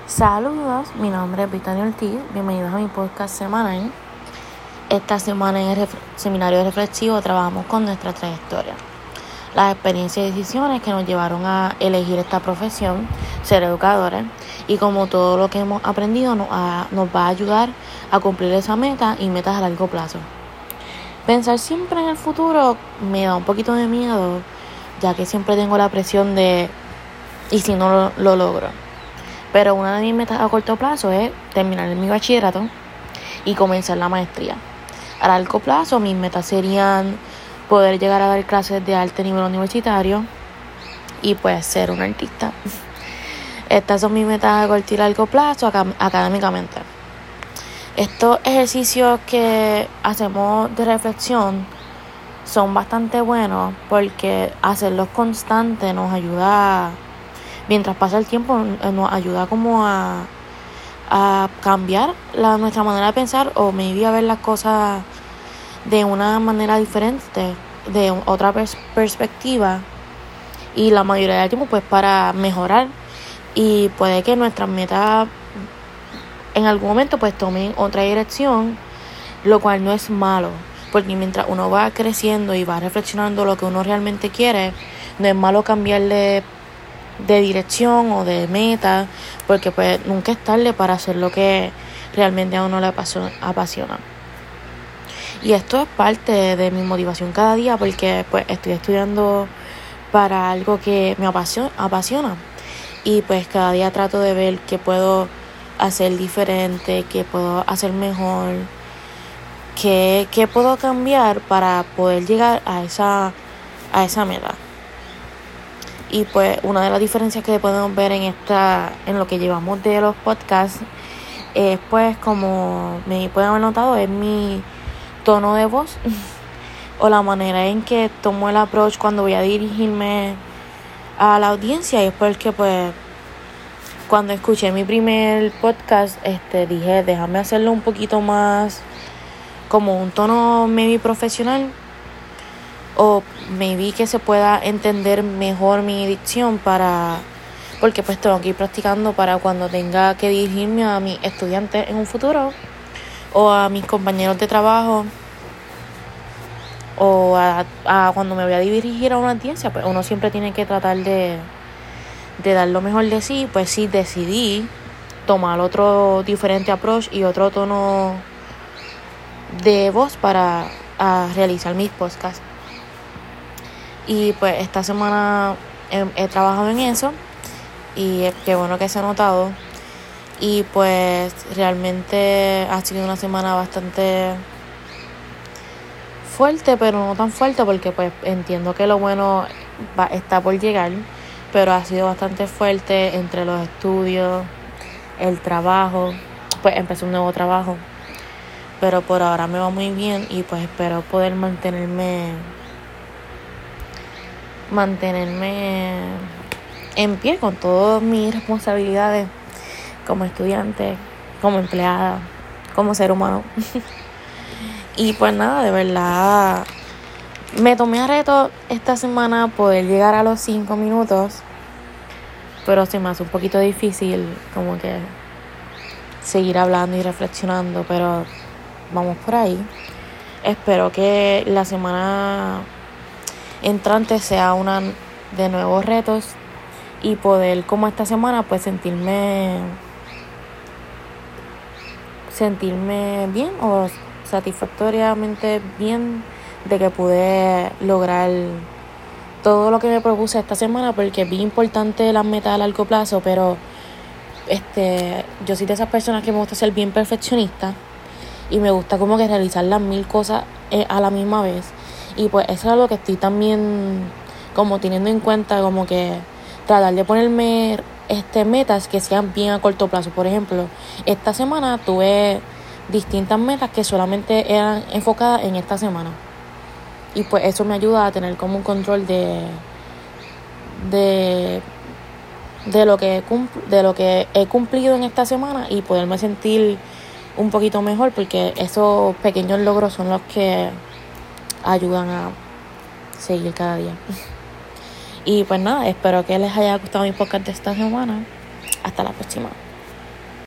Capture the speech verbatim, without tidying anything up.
Saludos, mi nombre es Victoria Ortiz, bienvenidos a mi podcast semanal. Esta semana en el ref- seminario reflexivo trabajamos con nuestra trayectoria, las experiencias y decisiones que nos llevaron a elegir esta profesión, ser educadores, y como todo lo que hemos aprendido nos, a, nos va a ayudar a cumplir esa meta y metas a largo plazo. Pensar siempre en el futuro me da un poquito de miedo, ya que siempre tengo la presión de ¿y si no lo, lo logro? Pero una de mis metas a corto plazo es terminar mi bachillerato y comenzar la maestría. A largo plazo mis metas serían poder llegar a dar clases de arte a nivel universitario y pues ser un artista. Estas son mis metas a corto y largo plazo acad- académicamente. Estos ejercicios que hacemos de reflexión son bastante buenos porque hacerlos constantes nos ayuda, mientras pasa el tiempo, nos ayuda como a, a cambiar la, nuestra manera de pensar o maybe a ver las cosas de una manera diferente, de otra pers- perspectiva y la mayoría del tiempo pues para mejorar, y puede que nuestras metas en algún momento pues tomen otra dirección, lo cual no es malo, porque mientras uno va creciendo y va reflexionando lo que uno realmente quiere, no es malo cambiarle de dirección o de meta, porque pues nunca es tarde para hacer lo que realmente a uno le apasiona. Y esto es parte de mi motivación cada día, porque pues estoy estudiando para algo que me apasiona, apasiona. Y pues cada día trato de ver qué puedo hacer diferente, qué puedo hacer mejor, qué, qué puedo cambiar para poder llegar a esa, a esa meta. Y pues una de las diferencias que podemos ver en esta, en lo que llevamos de los podcasts, es pues, como me pueden haber notado, es mi tono de voz o la manera en que tomo el approach cuando voy a dirigirme a la audiencia. Y es porque pues cuando escuché mi primer podcast, este dije, déjame hacerlo un poquito más como un tono maybe profesional, o maybe que se pueda entender mejor mi dicción, para porque pues tengo que ir practicando para cuando tenga que dirigirme a mis estudiantes en un futuro, o a mis compañeros de trabajo, o a, a cuando me voy a dirigir a una audiencia. Pues uno siempre tiene que tratar de, de dar lo mejor de sí. Pues sí, decidí tomar otro diferente approach y otro tono de voz para a realizar mis podcasts. Y pues esta semana he, he trabajado en eso, y qué bueno que se ha notado. Y pues realmente ha sido una semana bastante fuerte, pero no tan fuerte, porque pues entiendo que lo bueno va, está por llegar. Pero ha sido bastante fuerte entre los estudios, el trabajo. Pues empecé un nuevo trabajo, pero por ahora me va muy bien, y pues espero poder mantenerme mantenerme en pie con todas mis responsabilidades como estudiante, como empleada, como ser humano. Y pues nada, de verdad me tomé a reto esta semana poder llegar a los cinco minutos, pero se me hace un poquito difícil como que seguir hablando y reflexionando, pero vamos por ahí. Espero que la semana entrante sea una de nuevos retos, y poder, como esta semana, pues sentirme sentirme bien o satisfactoriamente bien de que pude lograr todo lo que me propuse esta semana, porque es bien importante las metas a largo plazo, pero este yo soy de esas personas que me gusta ser bien perfeccionista y me gusta como que realizar las mil cosas eh, a la misma vez. Y pues eso es algo que estoy también como teniendo en cuenta, como que tratar de ponerme este metas que sean bien a corto plazo. Por ejemplo, esta semana tuve distintas metas que solamente eran enfocadas en esta semana, y pues eso me ayuda a tener como un control de de de lo que cumpl- de lo que he cumplido en esta semana, y poderme sentir un poquito mejor, porque esos pequeños logros son los que ayudan a seguir cada día. Y pues nada, espero que les haya gustado mi podcast de esta semana. Hasta la próxima.